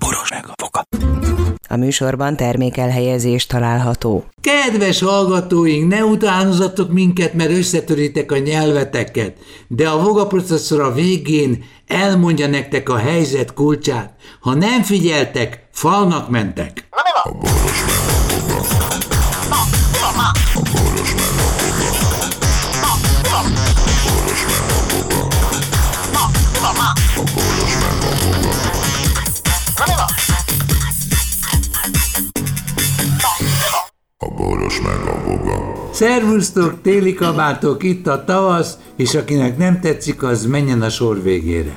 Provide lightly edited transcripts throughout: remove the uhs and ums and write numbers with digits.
boros meg a foka. A műsorban termékelhelyezés található. Kedves hallgatóink, ne utánozzatok minket, mert összetöritek a nyelveteket, de a Voga processzor a végén elmondja nektek a helyzet kulcsát. Ha nem figyeltek, falnak mentek. A boros meg a foga. A boros meg a foga. A boros meg a foga. A boros meg a foga. A boros meg a foga. Szervusztok, téli kabátok, itt a tavasz, és akinek nem tetszik, az menjen a sor végére.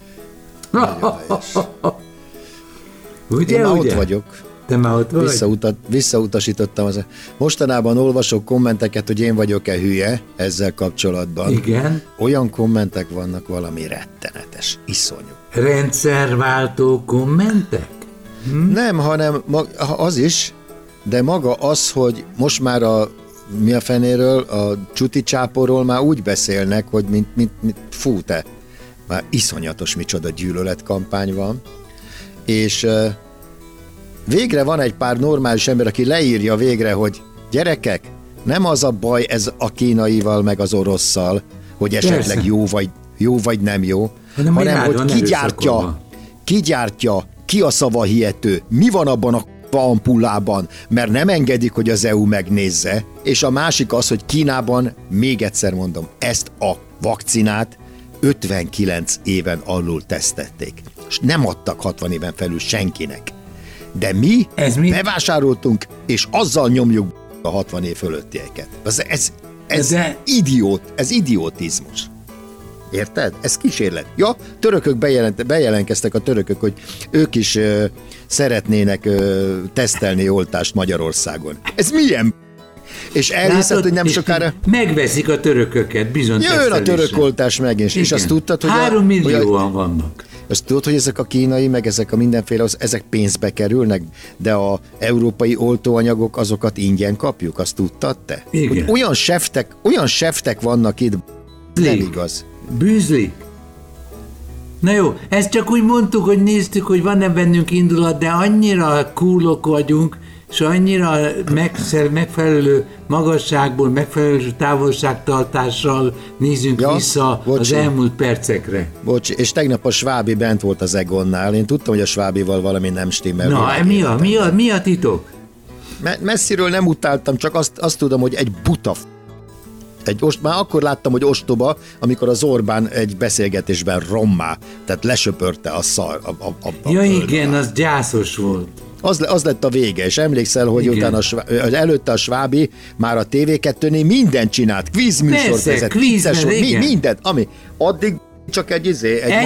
Ugye, Én már ugye? ott vagyok. Te már ott vagy? Visszautasítottam. Mostanában olvasok kommenteket, hogy én vagyok-e hülye ezzel kapcsolatban. Igen. Olyan kommentek vannak, valami rettenetes, iszonyú. Rendszerváltó kommentek? Nem, hanem az is, de maga az, hogy most már mi a fenéről, a csuti csáporról már úgy beszélnek, hogy mint fú te, már iszonyatos micsoda gyűlöletkampány van, és végre van egy pár normális ember, aki leírja végre, hogy gyerekek, nem az a baj ez a kínaival meg az orosszal, hogy esetleg jó vagy nem jó, hanem hogy kigyártja, ki a szavahihető, mi van abban a ampullában, mert nem engedik, hogy az EU megnézze, és a másik az, hogy Kínában, még egyszer mondom, ezt a vakcinát 59 éven alul tesztették, és nem adtak 60 éven felül senkinek. De mi bevásároltunk, és azzal nyomjuk a 60 év fölöttieket. Ez idiotizmus. Érted? Ez kísérlet. Ja, törökök bejelentkeztek a törökök, hogy ők is szeretnének tesztelni oltást Magyarországon. Ez milyen? És elhiszed, hogy nem sokára... Megveszik a törököket, bizony. Jön a török oltás megint. És azt tudtad, hogy... 3 millióan vannak. Azt tudod, hogy ezek a kínai, meg ezek a mindenféle, ezek pénzbe kerülnek, de a európai oltóanyagok, azokat ingyen kapjuk, azt tudtad te? Igen. Hogy olyan seftek vannak itt, nem igaz. Bűzlik. Na jó, ezt csak úgy mondtuk, hogy néztük, hogy van-e bennünk indulat, de annyira coolok vagyunk, és annyira megfelelő magasságból, megfelelő távolságtartással nézünk vissza az elmúlt percekre. Bocs, és tegnap a Svábi bent volt az Egonnál, én tudtam, hogy a Svábival valami nem stimmel. Na, mi a titok? Messziről nem utáltam, csak azt tudom, hogy egy buta már akkor láttam, hogy ostoba, amikor az Orbán egy beszélgetésben rommá, tehát lesöpörte a szar. Igen, az gyászos volt. Az lett a vége, és emlékszel, hogy utána előtte a Svábi már a TV2-nél mindent csinált, kvízműsort vezet, mindent, ami addig csak egy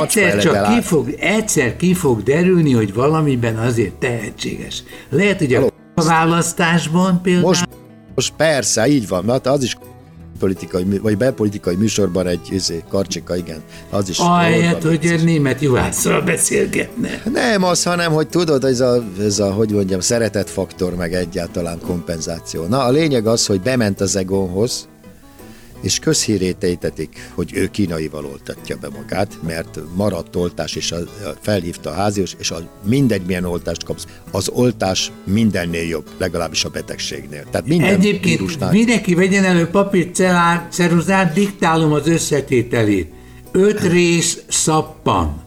Egyszer ki fog derülni, hogy valamiben azért tehetséges. Lehet, hogy a választásban például... Most persze, így van, mert az is politikai, vagy belpolitikai műsorban egy karcsika, igen, az is... Ahelyett, hogy német juhászral beszélgetne. Nem az, hanem, hogy tudod, ez a hogy mondjam, szeretetfaktor, meg egyáltalán kompenzáció. Na, a lényeg az, hogy bement az Egonhoz, és közhírét ejtetik, hogy ő kínaival oltatja be magát, mert maradt oltás, és felhívta a háziós, és mindegy milyen oltást kapsz, az oltás mindennél jobb, legalábbis a betegségnél. Tehát minden egyébként vírusnál... mindenki vegyen elő papírt, ceruzát, diktálom az összetételét. 5 rész szappan.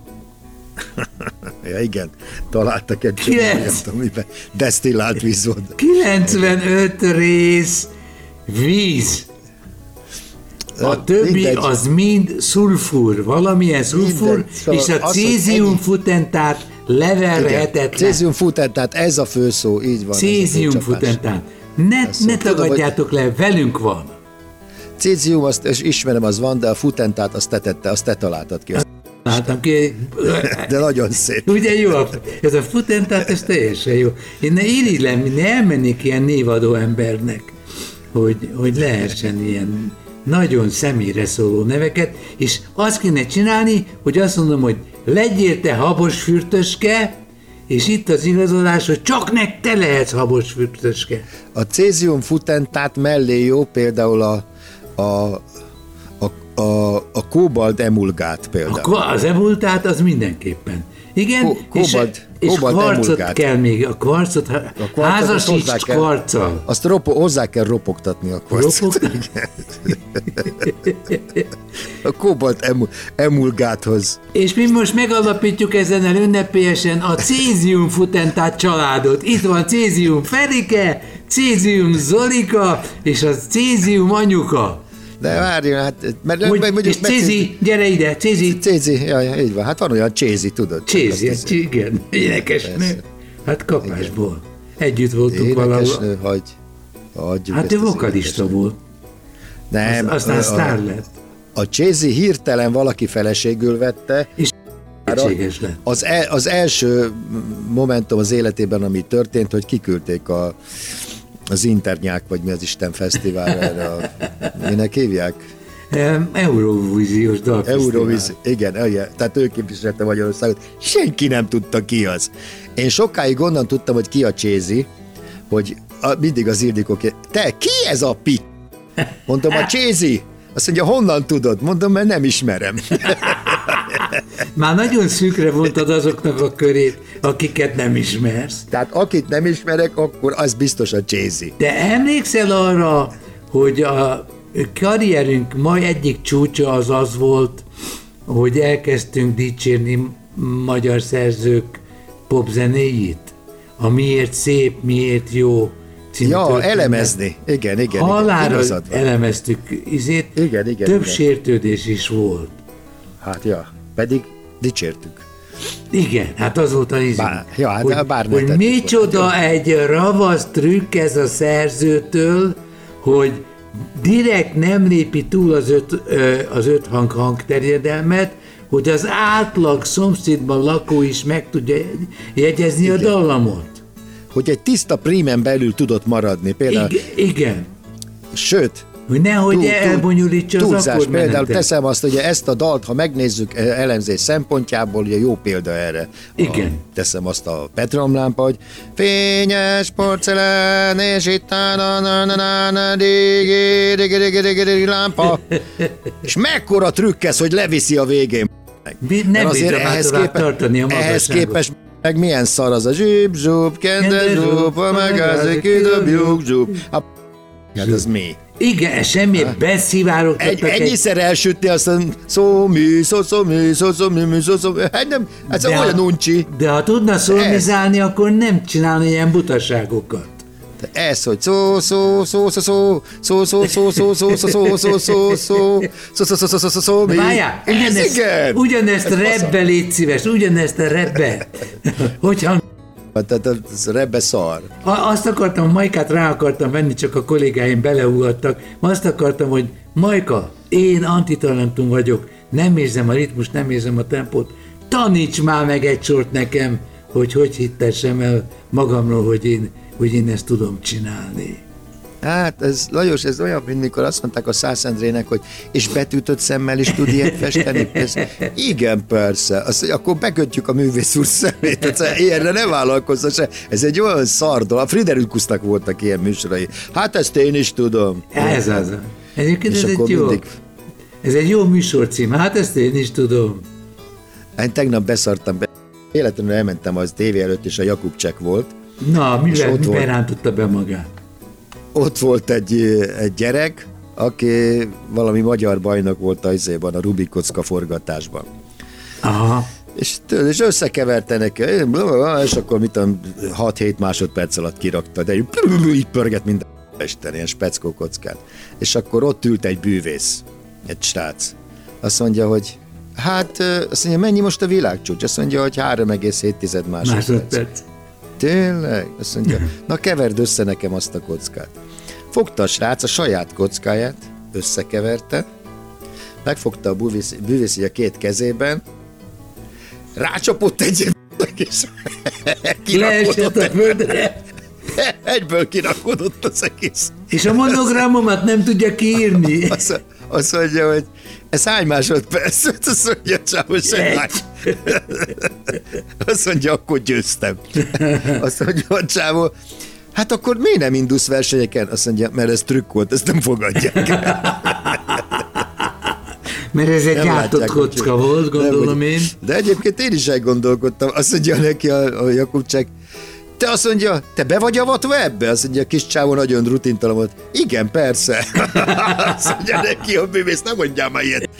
Ja, igen, találtak egy csomagot, amiben desztillált víz volt. 95 rész víz. A többi az mind szulfur, valamilyen szulfur, és a céziumfutentát leverhetetlen. Céziumfutentát, ez a főszó, így van. Céziumfutentát. Ne tagadjátok le, velünk van. Cézium, azt ismerem, az van, de a futentát azt te találtad ki. Láttam ki. De nagyon szép. Ugye jó, ez a futentát, ez teljesen jó. Én ne elmennék ilyen névadó embernek, hogy lehessen ilyen nagyon személyre szóló neveket, és azt kéne csinálni, hogy azt mondom, hogy legyél te habos fürtöske, és itt az igazolás, hogy csak te lehetsz habos fürtöske. A cézium futentát mellé jó például a kóbalt emulgát például. Az emulgát az mindenképpen. Igen, És kvarcot kell még, a kvarcot házasíts kvarccal. Azt hozzá kell ropogtatni a kvarcot. A kobalt emulgáthoz. És mi most megalapítjuk ezen ünnepélyesen a Cézium Futentát családot. Itt van Cézium Ferike, Cézium Zolika és a Cézium anyuka. De várjál, hát... És Cézi, gyere ide, Cézi. Cézi, jaj, így van. Hát van olyan Cézi, tudod? Cézi, igen, énekesnő. Hát kapásból. Együtt voltunk valahol. Énekesnő, hagyjuk. Hát ő vokalista volt. Nem. Aztán sztár lett. A Cézi hirtelen valaki feleségül vette. És egységes lett. Az első momentum az életében, ami történt, hogy kiküldték az Internyák, vagy mi az Isten fesztiválra erre minek hívják? Eurovíziós dalfesztivál. Igen, tehát ő képviselte Magyarországot. Senki nem tudta, ki az. Én sokáig onnan tudtam, hogy ki a Cézi, hogy mindig az Ildikó te, ki ez a pit? Mondom, a Cézi. Azt mondja, honnan tudod? Mondom, mert nem ismerem. Már nagyon szűkre vontad azoknak a körét, akiket nem ismersz. Tehát akit nem ismerek, akkor az biztos a Cézi. De emlékszel arra, hogy a karrierünk mai egyik csúcsa az volt, hogy elkezdtünk dicsérni magyar szerzők popzenéjét? A Miért szép, miért jó című történet. Elemezni. Igen. Halálra elemeztük. Igen. Több sértődés is volt. Hát pedig dicsértük. Igen, hát az volt az izé. Hogy micsoda egy ravasz trükk ez a szerzőtől, hogy direkt nem lépi túl az 5 hangterjedelmet, hogy az átlag szomszédban lakó is meg tudja jegyezni a dallamot. Hogy egy tiszta prímen belül tudott maradni. Például, igen. Sőt, hogy nehogy elbonyolítsa az akkordmenetet. Például teszem azt, hogy ezt a dalt, ha megnézzük elemzés szempontjából, ugye jó példa erre. Igen. Teszem azt a Petromlámpa, hogy fényes porcelán, és itt a digi lámpa. És mekkora trükk ez, hogy leviszi a végén. Nem azért ehhez képest meg milyen szar az a zsúb, kende zsúb, a megázik, kidobjuk zsúb. Hát az mi? Igen, semmi beszivárogtattak. Ennyiszer elsütni azt a hát nem, ez olyan uncsi. De ha tudna szolmizálni, akkor nem csinálni ilyen butaságokat. Ez, hogy Várjál, ugyanezt rebbe, légy szíves, ugyanezt a rebbe. Hogyan? Tehát ez rebbe szar. Azt akartam, Majkát rá akartam venni, csak a kollégáim beleugattak. Azt akartam, hogy Majka, én antitalentum vagyok, nem érzem a ritmust, nem érzem a tempót. Taníts már meg egy sort nekem, hogy hittessem el magamról, hogy én ezt tudom csinálni. Hát ez, Lajos, ez olyan, mint mikor azt mondták a Szászendrének, hogy és betűtött szemmel is tud ilyet festeni. Igen, persze. Akkor bekötjük a művész úr szemét. Ilyenre ne vállalkozza se. Ez egy olyan szardol. A Friderikusnak voltak ilyen műsorai. Hát ezt én is tudom. Ez az. Egyébként ez egy jó műsorcím. Hát ezt én is tudom. Én tegnap beszartam be. Életlenül elmentem az tévé előtt, és a Jakubcsek volt. Na, miben rántotta be magát? Ott volt egy gyerek, aki valami magyar bajnok volt a Rubik kocka forgatásban. Aha. És összekeverte neki, és akkor 6-7 másodperc alatt kirakta, de így pörget minden Isten, ilyen speckó kockát. És akkor ott ült egy bűvész, egy srác. Azt mondja, hogy azt mondja, mennyi most a világcsúcs? Azt mondja, hogy 3,7 másodperc. Tényleg? Azt mondja, na keverd össze nekem azt a kockát. Fogta a srác a saját kockáját, összekeverte, megfogta a bűvészi a két kezében, rácsapott egy és leesett a földre. Egyből kirakodott az egész. És a monogramomat nem tudja kiírni. Azt mondja, hogy ez hány másodperc? Azt mondja, csávos, azt mondja, akkor győztem. Azt mondja, a csávó, hát akkor miért nem indulsz versenyeken? Azt mondja, mert ez trükk volt, ezt nem fogadják. Mert ez egy Nem gyártott látják, kocka hogy- volt, gondolom nem, én. De egyébként én is elgondolkodtam. Azt mondja neki a Jakubcsák, te azt mondja, te be vagy avatva ebbe? Azt mondja, a kis csávó nagyon rutintalan volt. Igen, persze. Azt mondja neki a bűvész, nem mondjál már ilyet.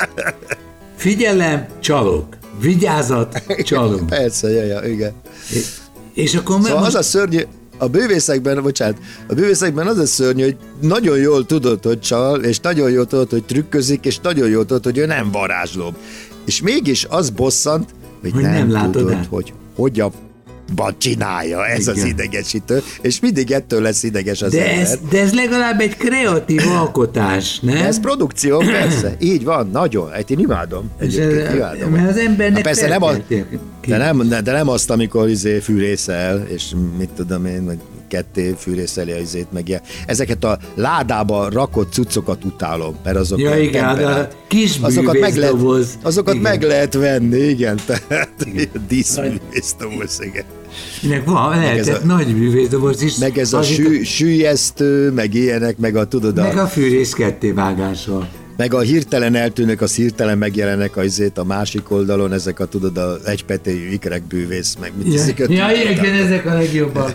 Figyelem, csalok. Vigyázat, csalunk. Persze, ja, igen. És akkor Szóval az a szörnyű, a bűvészekben az a szörnyű, hogy nagyon jól tudod, hogy csal, és nagyon jól tudod, hogy trükközik, és nagyon jól tudod, hogy ő nem varázsló. És mégis az bosszant, hogy nem látod tudod, át. hogy hogyan csinálja, ez Igen. az idegesítő, és mindig ettől lesz ideges az ember. De ez legalább egy kreatív alkotás, nem? Ez produkció, persze, így van, nagyon, én imádom, egyébként imádom. Mert az embernek Persze nem, felkelték ki. de nem azt, amikor fűrészel, és mit tudom én, hogy ketté fűrészeli a meg ilyen. Ezeket a ládába rakott cuccokat utálom, mert azok Ja, igen, temperát. a kis azokat bűvészdoboz. azokat Igen. meg lehet venni, igen, tehát díszbűvészdoboz, igen. Nek van, lehetett nagy bűvészdoboz is. Meg ez a azért süllyesztő, meg ilyenek, meg a tudod, meg a fűrész kettévágással. meg a hirtelen eltűnök, az hirtelen megjelenek a másik oldalon, ezek a tudod, a egypetéjű ikrekbűvész, meg mit hiszik, Igen, ezek a legjobbak.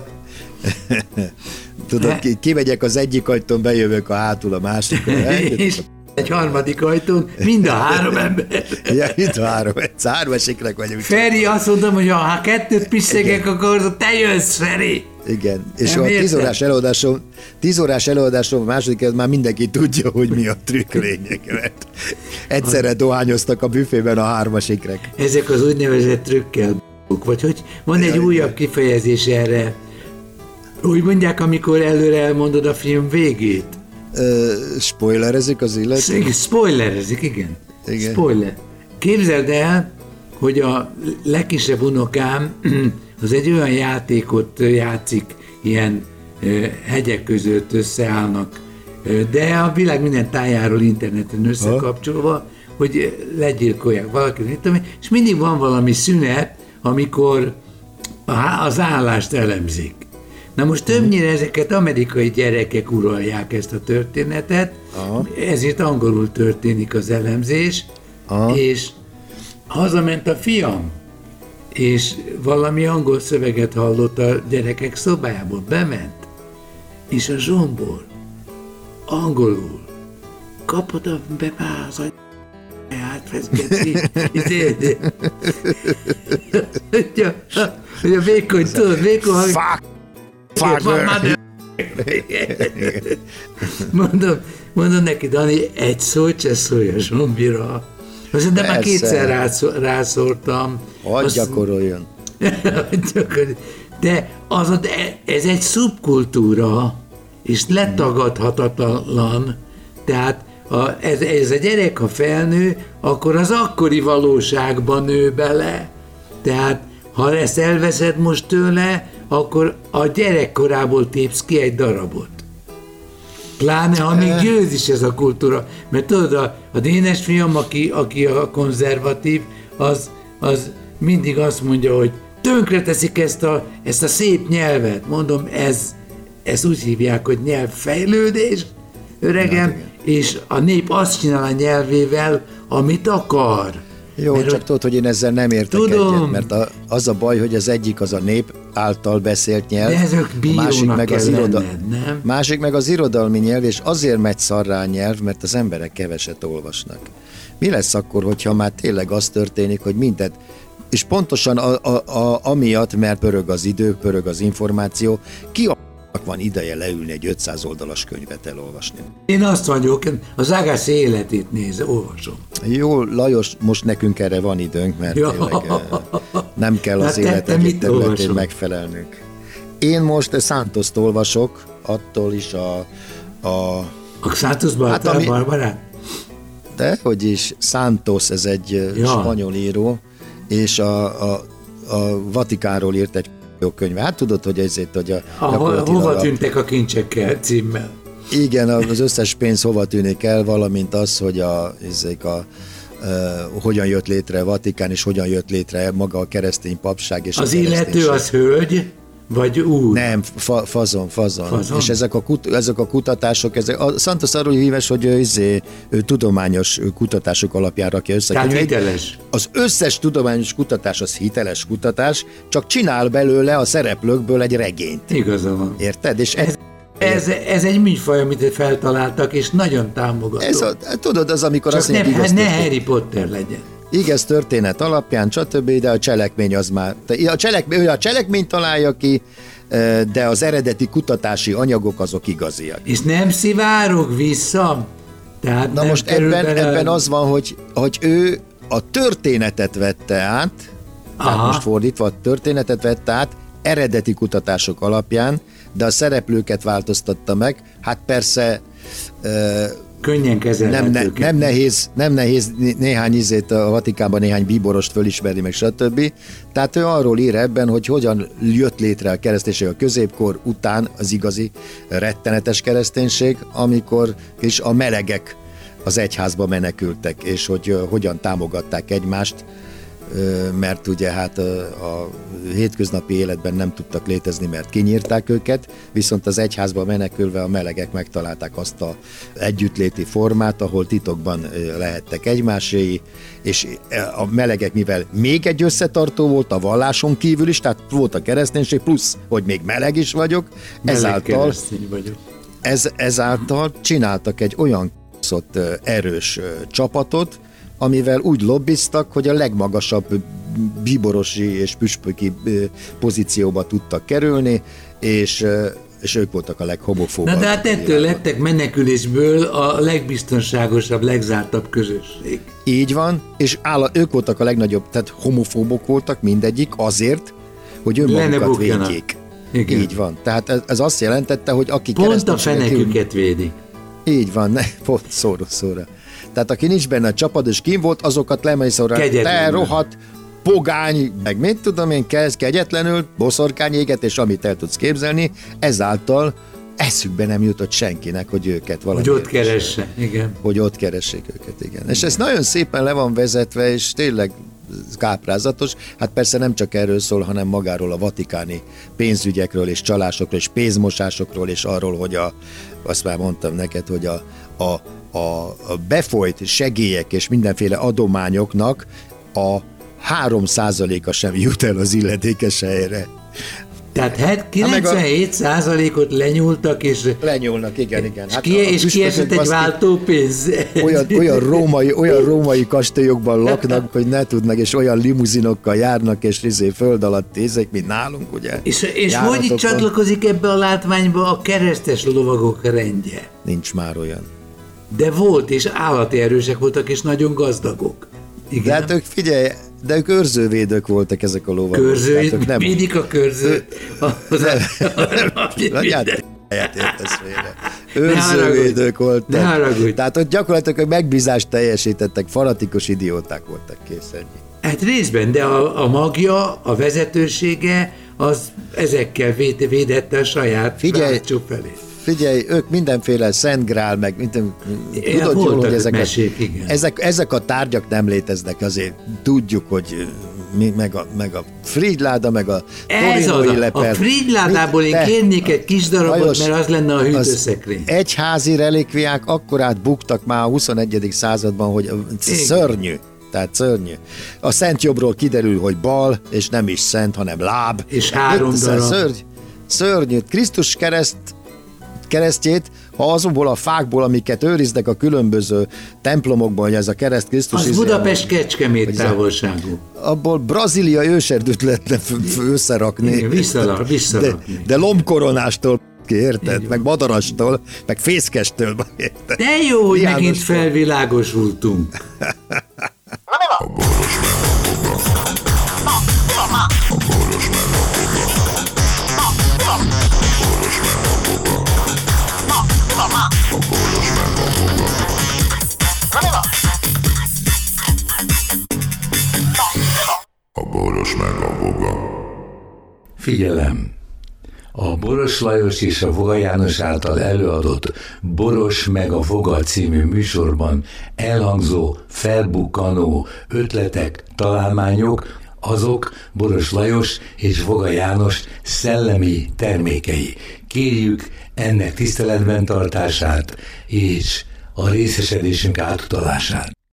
tudod, kimegyek az egyik ajtón, bejövök a hátul a másikon. És egy harmadik ajtón mind a három ember. Ja, itt hármas ikrek vagyunk. Feri, azt mondom, hogy ha kettőt piszegek, akkor te jössz, Feri. Igen, és Nem a értem. 10 órás előadásom, a másodiket már mindenki tudja, hogy mi a trükk lényeg, mert egyszerre dohányoztak a büfében a hármas ikrek. Ezek az úgynevezett trükkel vagy hogy van egy újabb kifejezés erre. Úgy mondják, amikor előre elmondod a film végét. Spoilerezik az illető? Spoilerezik, igen. Igen. Spoiler. Képzeld el, hogy a legkisebb unokám az egy olyan játékot játszik, ilyen hegyek között összeállnak, de a világ minden tájáról interneten összekapcsolva, hogy legyilkolják valakit, mit tudom én, és mindig van valami szünet, amikor az állást elemzik. Na most többnyire ezeket amerikai gyerekek uralják ezt a történetet, ezért angolul történik az elemzés, és hazament a fiam, és valami angol szöveget hallott a gyerekek szobájából, bement, és a zsombor angolul kapod a bepáz a átfeszgeti, hogy a vékony, tudod, vékony, mondom neki, Dani, egy szót se szólj a zsombira. De már kétszer rászóltam. Hadd gyakoroljon. De ez egy szubkultúra, és letagadhatatlan, tehát ez a gyerek, ha felnő, akkor az akkori valóságban nő bele. Tehát ha ezt elveszed most tőle, akkor a gyerekkorából tépsz ki egy darabot. Pláne, ha még győz is ez a kultúra. Mert tudod, a Dénes fiam, aki a konzervatív, az mindig azt mondja, hogy tönkreteszik ezt a szép nyelvet. Mondom, ezt úgy hívják, hogy nyelvfejlődés, öregem, és a nép azt csinál a nyelvével, amit akar. Jó, mert csak tudod, hogy én ezzel nem értek egyet, mert az a baj, hogy az egyik az a nép által beszélt nyelv, de ezek a másik meg az lenned, nem? másik meg az irodalmi nyelv, és azért megy szarrá a nyelv, mert az emberek keveset olvasnak. Mi lesz akkor, hogyha már tényleg az történik, hogy mindent, és pontosan amiatt, mert pörög az idő, pörög az információ, ki van ideje leülni egy 500 oldalas könyvet elolvasni. Én azt vagyok, az Agassi életét olvasom. Jó, Lajos, most nekünk erre van időnk, mert tényleg nem kell az élet egyik területén megfelelnünk. Én most Santost olvasok, attól is a Santos Barbarát? De, hogy is, Santos, ez egy spanyol író, és a Vatikánról írt egy könyv. Hát tudod, hogy ezért, hogy hova tűntek a kincsek címmel? Igen, az összes pénz hova tűnik el, valamint az, hogy hogyan jött létre a Vatikán, és hogyan jött létre maga a keresztény papság. És az illető az hölgy? Vagy úgy? Nem, fazon. És ezek a kutatások, a Santos arról híves, hogy ő tudományos kutatások alapján rakja össze. Tehát hiteles. Az összes tudományos kutatás az hiteles kutatás, csak csinál belőle a szereplőkből egy regényt. Igaza van. Érted? És ez egy műfaj, amit feltaláltak, és nagyon támogató. Tudod, az, amikor csak azt mondják, ne Harry Potter legyen. Igaz történet alapján, stb., de a cselekmény az már... A cselekmény találja ki, de az eredeti kutatási anyagok azok igaziak. És nem szivárog vissza? Tehát na most ebben az van, hogy ő a történetet vette át, tehát most fordítva, a történetet vette át eredeti kutatások alapján, de a szereplőket változtatta meg. Hát persze... könnyen kezelhetőket. Nem nehéz néhány a Vatikánban néhány bíborost fölismerni, meg stb. Tehát ő arról ír ebben, hogy hogyan jött létre a kereszténység a középkor után, az igazi rettenetes kereszténység, amikor is a melegek az egyházba menekültek, és hogy hogyan támogatták egymást, mert ugye hát a hétköznapi életben nem tudtak létezni, mert kinyírták őket, viszont az egyházba menekülve a melegek megtalálták azt a együttléti formát, ahol titokban lehettek egymáséi, és a melegek, mivel még egy összetartó volt a valláson kívül is, tehát volt a kereszténység, plusz, hogy még meleg is vagyok, ezáltal csináltak egy olyan erős csapatot, amivel úgy lobbiztak, hogy a legmagasabb bíborosi és püspöki pozícióba tudtak kerülni, és ők voltak a leghomofóbabbak. Na de hát ettől lettek menekülésből a legbiztonságosabb, legzártabb közösség. Így van, és ők voltak a legnagyobb, tehát homofóbok voltak mindegyik azért, hogy önmagukat védjék. Igen. Így van. Tehát ez azt jelentette, hogy aki pont a feneküket védi. Így van, pont szóra. Tehát aki nincs benne a csapat, és kim volt, azokat lemészorra, te rohadt, pogány, meg mit tudom én, kegyetlenül, boszorkányéget, és amit el tudsz képzelni, ezáltal eszükbe nem jutott senkinek, hogy őket valami. Hogy ott keresse, igen. Hogy ott keressék őket, igen. És ez nagyon szépen le van vezetve, és tényleg káprázatos. Hát persze nem csak erről szól, hanem magáról a vatikáni pénzügyekről, és csalásokról, és pénzmosásokról, és arról, hogy azt már mondtam neked, hogy a befolyt segélyek és mindenféle adományoknak a 3%-a sem jut el az illetékes helyre. Tehát 97%-ot lenyúltak, és... Lenyúlnak, igen. Hát és kiesett egy váltópénz. Olyan római kastélyokban laknak, hogy ne tudnak, és olyan limuzinokkal járnak, és föld alatt ézek, mint nálunk, ugye? És hogy itt csatlakozik ebbe a látványba a keresztes lovagok rendje? Nincs már olyan. De volt, és állati erősek voltak, és nagyon gazdagok. Igen? De hát ők, figyelj, de ők őrzővédők voltak ezek a lovagok. Védik a körzőt. Értesz félre. Őrzővédők voltak. Ne haragudj. Tehát ott gyakorlatilag megbízást teljesítettek, fanatikus idióták voltak, kész ennyi. Hát részben, de a magja, a vezetősége, az ezekkel védette a saját rácsó felé. Figyelj, ők mindenféle Szent Grál, meg tudod jól, hogy ezek a tárgyak nem léteznek, azért tudjuk, hogy meg a Frigyláda, meg a torinói lepel. A Frigyládából én kérnék egy kis darabot, mert az lenne a hűtőszekrény. Egyházi relikviák akkorát buktak már a 21. században, hogy szörnyű. Tehát szörnyű. A Szent Jobbról kiderül, hogy bal, és nem is szent, hanem láb. És 3 darab. Szörnyű. Krisztus keresztjét, ha azokból a fákból, amiket őriznek a különböző templomokban, hogy ez a kereszt Krisztus... Az Budapest-Kecskemét távolságú. Abból Brazília őserdőt lehetne összerakni. Igen, visszarakni. De lombkoronástól, érted? Meg madarastól, meg fészkestől, érted? De jó, hogy megint felvilágosultunk. A boros meg a boga. Figyelem! A Boros Lajos és a Voga János által előadott Boros meg a Voga című műsorban elhangzó, felbukkanó ötletek, találmányok azok Boros Lajos és Voga János szellemi termékei. Kérjük ennek tiszteletben tartását és a részesedésünk átutalását.